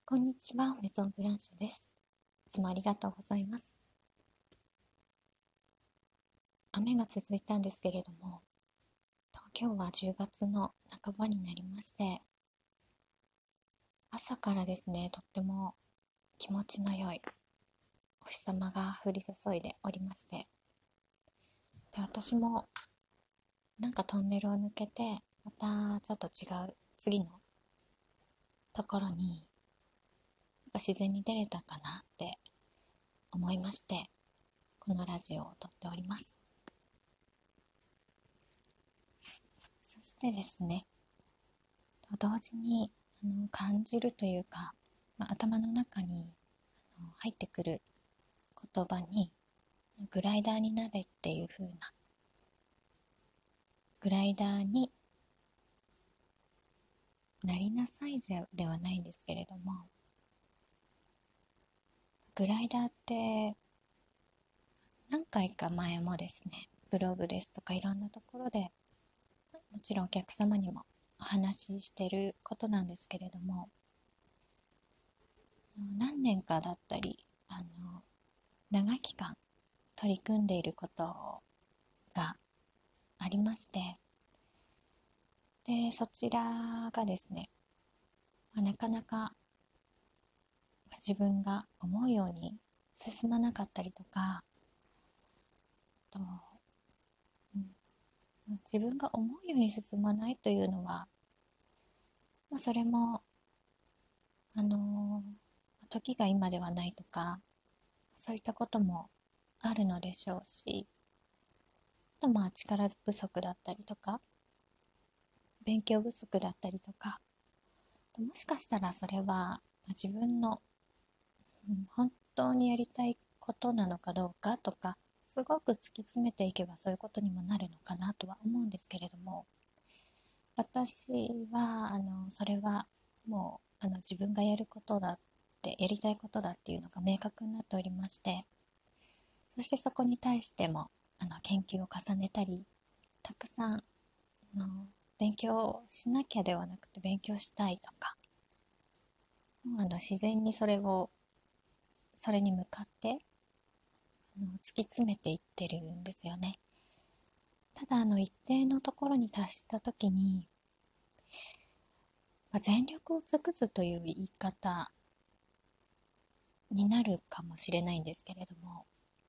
こんにちは、メゾンブランシュです。いつもありがとうございます。雨が続いたんですけれども、今日は10月の半ばになりまして、朝からですね、とっても気持ちの良いお日様が降り注いでおりまして、私もなんかトンネルを抜けて、またちょっと違う次のところに自然に出れたかなって思いまして、このラジオを撮っております。そしてですね、同時に感じるというか、頭の中に入ってくる言葉にグライダーになれっていう風な、グライダーになりなさいではないんですけれども、グライダーって何回か前もですね、ブログですとかいろんなところでもちろんお客様にもお話ししてることなんですけれども、何年かだったり長期間取り組んでいることがありまして、でそちらがですね、なかなか自分が思うように進まなかったりとか、と、自分が思うように進まないというのは、それも時が今ではないとか、そういったこともあるのでしょうし、あと力不足だったりとか、勉強不足だったりとか、もしかしたらそれは自分の本当にやりたいことなのかどうかとか、すごく突き詰めていけばそういうことにもなるのかなとは思うんですけれども、私はそれはもう自分がやることだって、やりたいことだっていうのが明確になっておりまして、そしてそこに対しても研究を重ねたり、たくさん勉強しなきゃではなくて勉強したいとか、自然にそれに向かって突き詰めていってるんですよね。ただ一定のところに達した時に、全力を尽くすという言い方になるかもしれないんですけれども、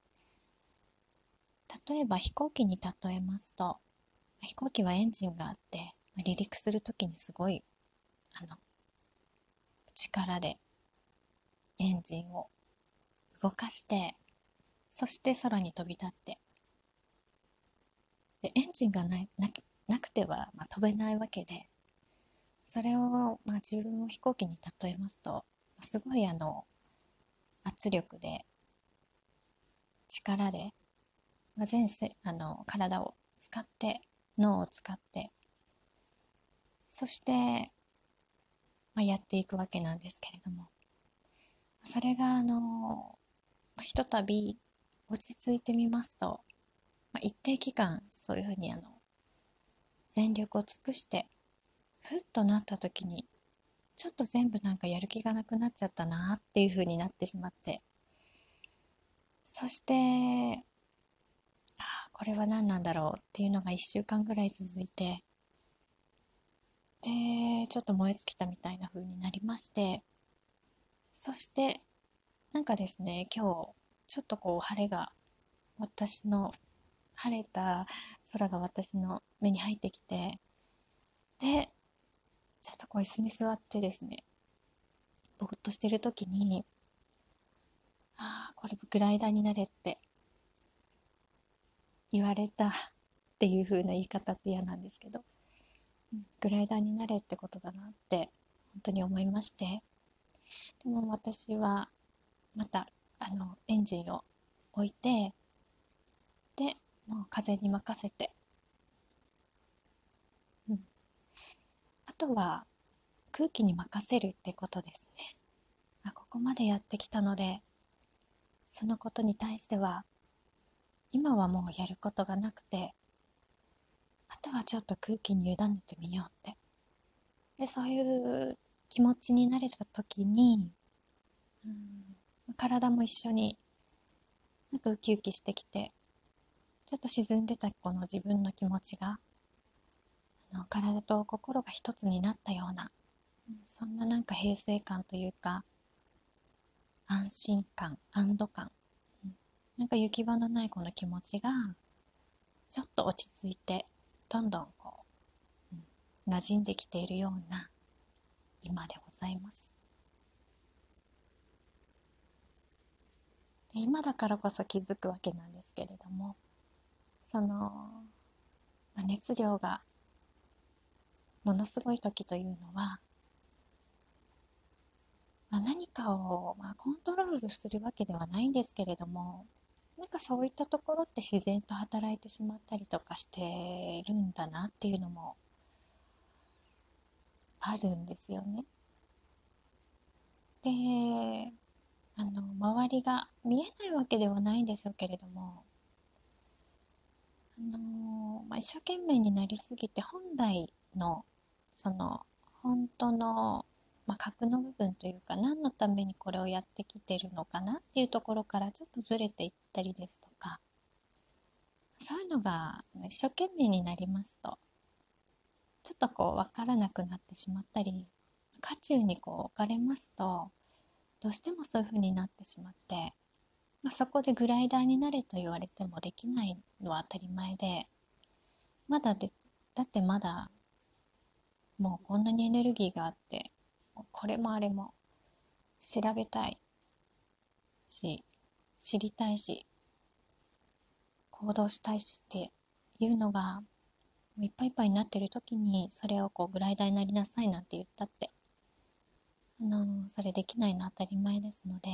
例えば飛行機に例えますと、飛行機はエンジンがあって離陸する時にすごい力でエンジンを動かして、そして空に飛び立って、でエンジンがなくては、飛べないわけで、それを、自分を飛行機に例えますと、すごい圧力で、力で、全体を使って、脳を使って、そして、やっていくわけなんですけれども、それがひとたび落ち着いてみますと、一定期間そういうふうに全力を尽くしてふっとなった時に、ちょっと全部なんかやる気がなくなっちゃったなっていう風になってしまって、そしてこれは何なんだろうっていうのが1週間ぐらい続いて、でちょっと燃え尽きたみたいな風になりまして、そしてなんかですね、今日ちょっと晴れた空が私の目に入ってきて、でちょっと椅子に座ってですね、ぼーっとしてる時に、これグライダーになれって言われたっていう風な言い方って嫌なんですけど、グライダーになれってことだなって本当に思いまして、でも私はまたエンジンを置いて、でもう風に任せて、あとは空気に任せるってことですね。ここまでやってきたので、そのことに対しては今はもうやることがなくて、あとはちょっと空気に委ねてみようって、でそういう気持ちになれた時に、体も一緒になんかウキウキしてきて、ちょっと沈んでたこの自分の気持ちが、体と心が一つになったような、そんななんか平静感というか、安心感、安堵感、なんか行き場のないこの気持ちが、ちょっと落ち着いて、どんどんこう、馴染んできているような今でございます。で今だからこそ気づくわけなんですけれども、その、熱量がものすごい時というのは、何かを、コントロールするわけではないんですけれども、なんかそういったところって自然と働いてしまったりとかしてるんだなっていうのもあるんですよね。で、周りが見えないわけではないんでしょうけれども、一生懸命になりすぎて本来のその本当の、核の部分というか、何のためにこれをやってきてるのかなっていうところからちょっとずれていったりですとか、そういうのが一生懸命になりますと、ちょっとこう分からなくなってしまったり、渦中にこう置かれますと、どうしてもそういう風になってしまって、そこでグライダーになれと言われてもできないのは当たり前で、まだで、だってまだもうこんなにエネルギーがあって、これもあれも調べたいし、知りたいし、行動したいしっていうのがいっぱいいっぱいになってる時に、それをこうグライダーになりなさいなんて言ったって、それできないのは当たり前ですので、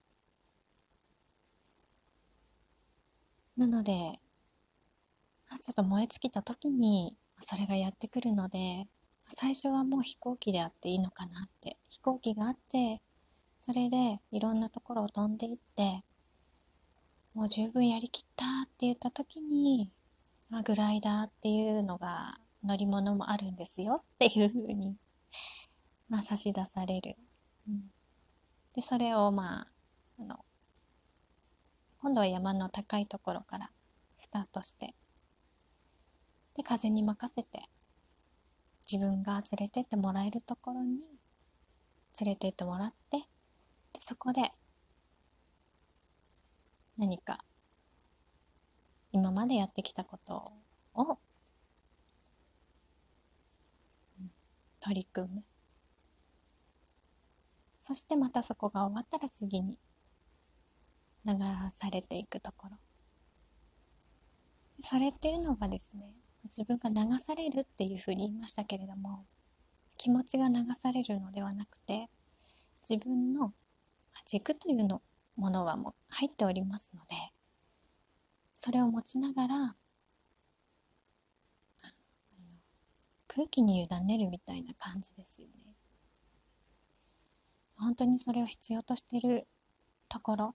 なので、ちょっと燃え尽きた時にそれがやってくるので、最初はもう飛行機であっていいのかなって、飛行機があって、それでいろんなところを飛んでいって、もう十分やりきったって言った時に、グライダーっていうのが乗り物もあるんですよっていう風に、差し出される。で、それを今度は山の高いところからスタートして、で、風に任せて、自分が連れてってもらえるところに連れてってもらって、でそこで何か今までやってきたことを取り組む。そしてまたそこが終わったら次に流されていくところ。それっていうのがですね、自分が流されるっていうふうに言いましたけれども、気持ちが流されるのではなくて、自分の軸というのものはもう入っておりますので、それを持ちながら空気に委ねるみたいな感じですよね。本当にそれを必要としているところ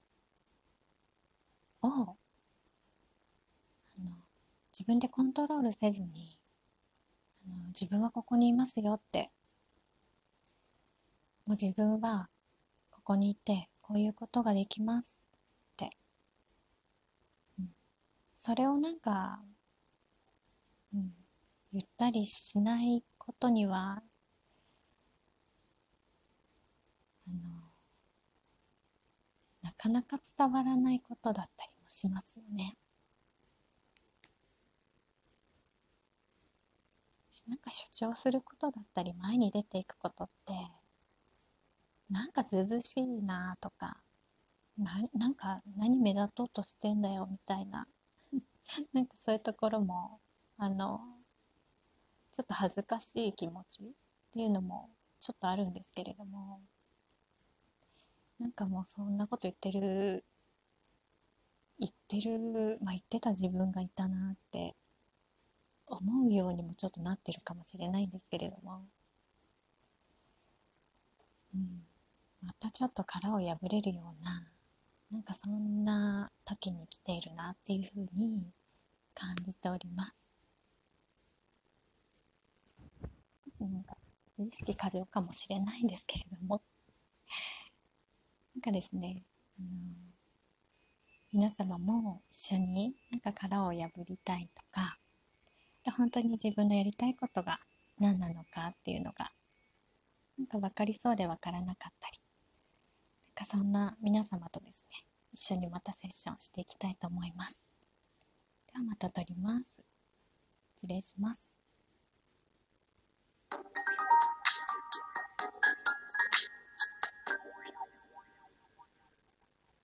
を自分でコントロールせずに、自分はここにいますよって、もう自分はここにいてこういうことができますって、それをなんか、言ったりしないことにはなかなか伝わらないことだったりもしますよね。なんか主張することだったり前に出ていくことってなんかずうずうしいなとか、なんか何目立とうとしてんだよみたいななんかそういうところもちょっと恥ずかしい気持ちっていうのもちょっとあるんですけれども、なんかもうそんなこと言ってた自分がいたなって思うようにもちょっとなってるかもしれないんですけれども、またちょっと殻を破れるような、なんかそんな時に来ているなっていうふうに感じております。なんか自意識過剰かもしれないんですけれども、なんかですね、皆様も一緒になんか殻を破りたいとか、で本当に自分のやりたいことが何なのかっていうのがなんか分かりそうで分からなかったり、なんかそんな皆様とですね、一緒にまたセッションしていきたいと思います。ではまた撮ります。失礼します。